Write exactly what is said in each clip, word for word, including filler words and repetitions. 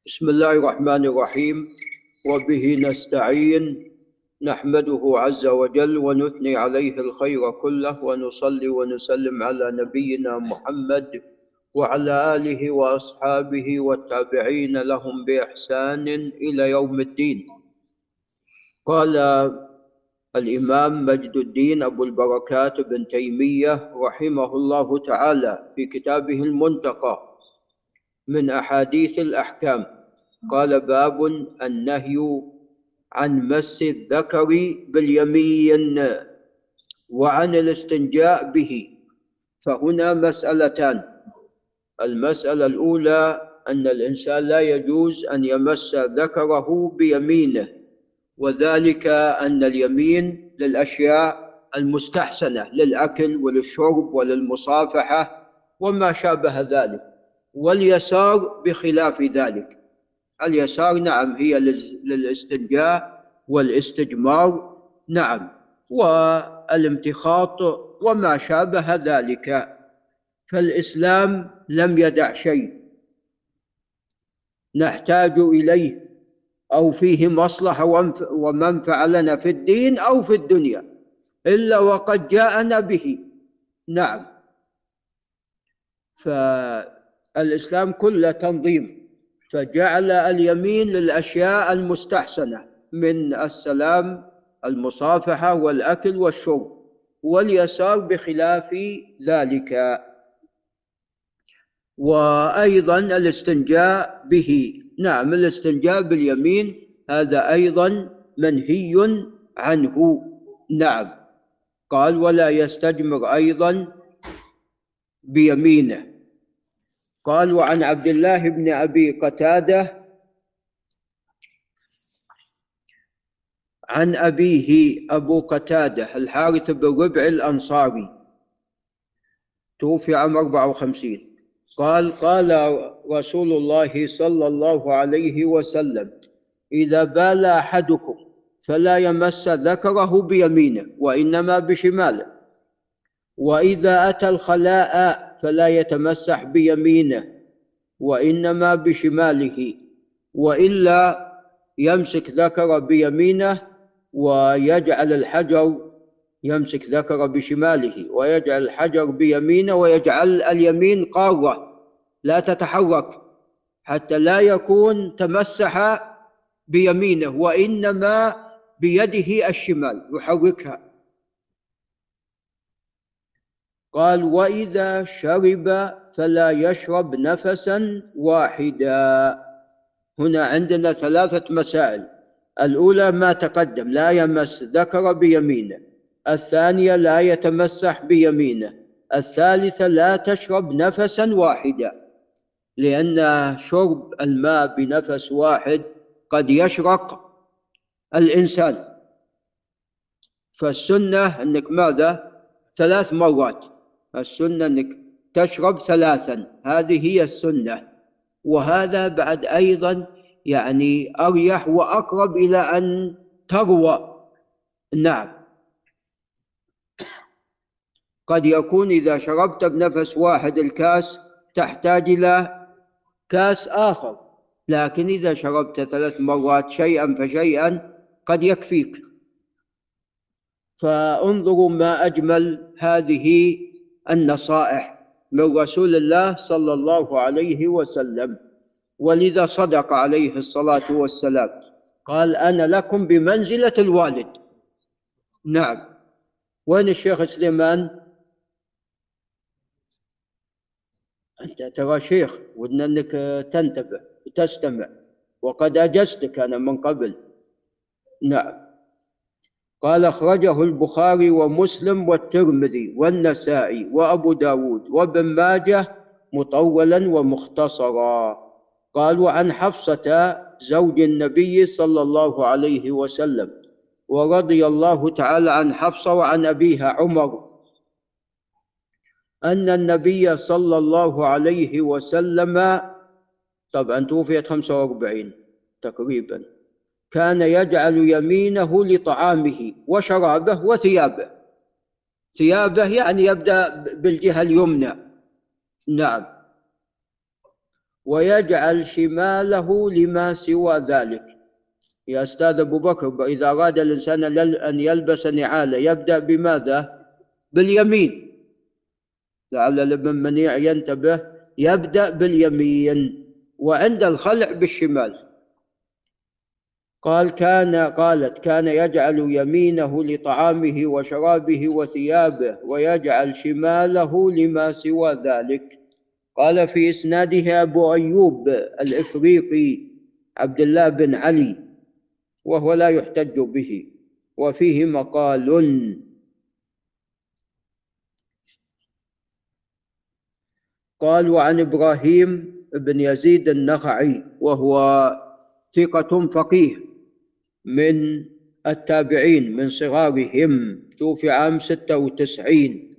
بسم الله الرحمن الرحيم. وبه نستعين، نحمده عز وجل ونثني عليه الخير كله، ونصلي ونسلم على نبينا محمد وعلى آله وأصحابه والتابعين لهم بإحسان إلى يوم الدين. قال الإمام مجد الدين أبو البركات بن تيمية رحمه الله تعالى في كتابه المنتقى من أحاديث الأحكام، قال: باب النهي عن مس الذكر باليمين وعن الاستنجاء به. فهنا مسألتان. المسألة الأولى أن الإنسان لا يجوز أن يمس ذكره بيمينه، وذلك أن اليمين للأشياء المستحسنة، للأكل وللشرب وللمصافحة وما شابه ذلك، واليسار بخلاف ذلك. اليسار نعم هي للاستنجاء والاستجمار، نعم، والامتخاط وما شابه ذلك. فالإسلام لم يدع شيء نحتاج إليه أو فيه مصلحة ومنفعة لنا في الدين أو في الدنيا إلا وقد جاءنا به، نعم. فالإسلام كله تنظيم، فجعل اليمين للأشياء المستحسنة من السلام، المصافحة والأكل والشرب، واليسار بخلاف ذلك. وأيضا الاستنجاء به، نعم، الاستنجاء باليمين هذا أيضا منهي عنه، نعم. قال: ولا يستجمر أيضا بيمينه. قال: وعن عبد الله بن أبي قتادة عن أبيه أبو قتادة الحارث بن ربع الأنصاري، توفي عام أربعة وخمسين، قال: قال رسول الله صلى الله عليه وسلم: إذا بال أحدكم فلا يمس ذكره بيمينه وإنما بشماله، وإذا أتى الخلاء فلا يتمسح بيمينه وإنما بشماله، وإلا يمسك ذكر بيمينه ويجعل الحجر، يمسك ذكر بشماله ويجعل الحجر بيمينه، ويجعل اليمين قارة لا تتحرك حتى لا يكون تمسح بيمينه وإنما بيده الشمال يحركها. قال: وإذا شرب فلا يشرب نفسا واحدا. هنا عندنا ثلاثة مسائل. الأولى ما تقدم، لا يمس ذكر بيمينه. الثانية لا يتمسح بيمينه. الثالثة لا تشرب نفسا واحدا، لأن شرب الماء بنفس واحد قد يشرق الإنسان. فالسنة أنك ماذا؟ ثلاث مرات. السنة أنك تشرب ثلاثا، هذه هي السنة. وهذا بعد أيضا يعني أريح وأقرب إلى أن تروى، نعم. قد يكون إذا شربت بنفس واحد الكاس تحتاج إلى كاس آخر، لكن إذا شربت ثلاث مرات شيئا فشيئا قد يكفيك. فانظروا ما أجمل هذه النصائح من رسول الله صلى الله عليه وسلم. ولذا صدق عليه الصلاة والسلام، قال: أنا لكم بمنزلة الوالد. نعم. وين الشيخ سليمان؟ أنت ترى شيخ، ودنا أنك تنتبه وتستمع، وقد أجزتك أنا من قبل. نعم. قال: أخرجه البخاري ومسلم والترمذي والنسائي وأبو داود وابن ماجه مطولا ومختصرا. قال: وعن حفصة زوج النبي صلى الله عليه وسلم، ورضي الله تعالى عن حفصة وعن أبيها عمر، أن النبي صلى الله عليه وسلم، طبعا توفيت خمسة وأربعين تقريبا، كان يجعل يمينه لطعامه وشرابه وثيابه. ثيابه يعني يبدأ بالجهة اليمنى، نعم. ويجعل شماله لما سوى ذلك. يا أستاذ أبو بكر، إذا أراد الإنسان أن يلبس نعاله يبدأ بماذا؟ باليمين. لعل الابن منيع ينتبه، يبدأ باليمين، وعند الخلع بالشمال. قال كان قالت كان يجعل يمينه لطعامه وشرابه وثيابه، ويجعل شماله لما سوى ذلك. قال في إسناده أبو أيوب الإفريقي عبد الله بن علي، وهو لا يحتج به، وفيه مقال. قال وعن إبراهيم بن يزيد النخعي، وهو ثقة فقيه من التابعين من صغارهم، توفي عام ستة وتسعين.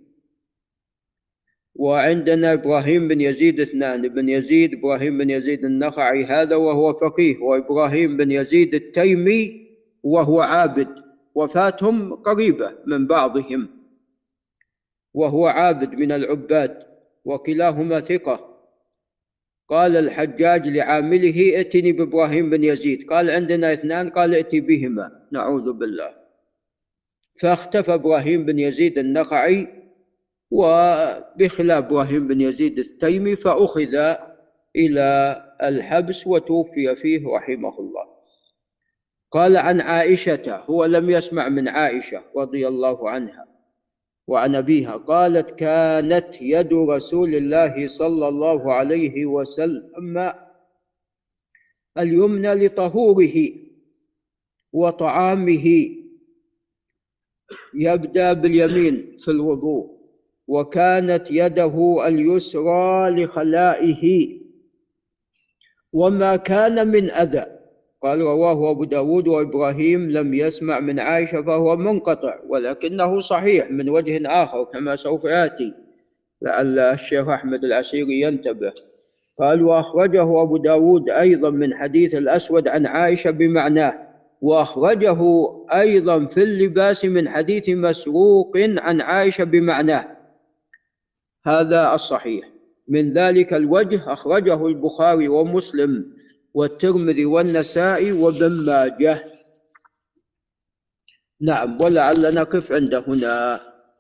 وعندنا إبراهيم بن يزيد اثنان، بن يزيد إبراهيم بن يزيد النخعي هذا وهو فقيه، وإبراهيم بن يزيد التيمي وهو عابد، وفاتهم قريبة من بعضهم، وهو عابد من العباد، وكلاهما ثقة. قال الحجاج لعامله ائتني بإبراهيم بن يزيد، قال عندنا اثنان، قال ائتي بهما، نعوذ بالله. فاختفى إبراهيم بن يزيد النخعي وبخلاف إبراهيم بن يزيد التيمي، فأخذ إلى الحبس وتوفي فيه رحمه الله. قال عن عائشة، هو لم يسمع من عائشة رضي الله عنها وعن أبيها، قالت كانت يد رسول الله صلى الله عليه وسلم اليمنى لطهوره وطعامه، يبدأ باليمين في الوضوء، وكانت يده اليسرى لخلائه وما كان من أذى. قال رواه أبو داود وإبراهيم لم يسمع من عائشة، فهو منقطع، ولكنه صحيح من وجه آخر كما سوف يأتي، لعل الشيخ أحمد العسيري ينتبه. قال وأخرجه أبو داود أيضا من حديث الأسود عن عائشة بمعناه، وأخرجه أيضا في اللباس من حديث مسروق عن عائشة بمعناه، هذا الصحيح. من ذلك الوجه أخرجه البخاري ومسلم والترمذي والنسائي وابن ماجه. نعم، ولعل نقف عند هنا.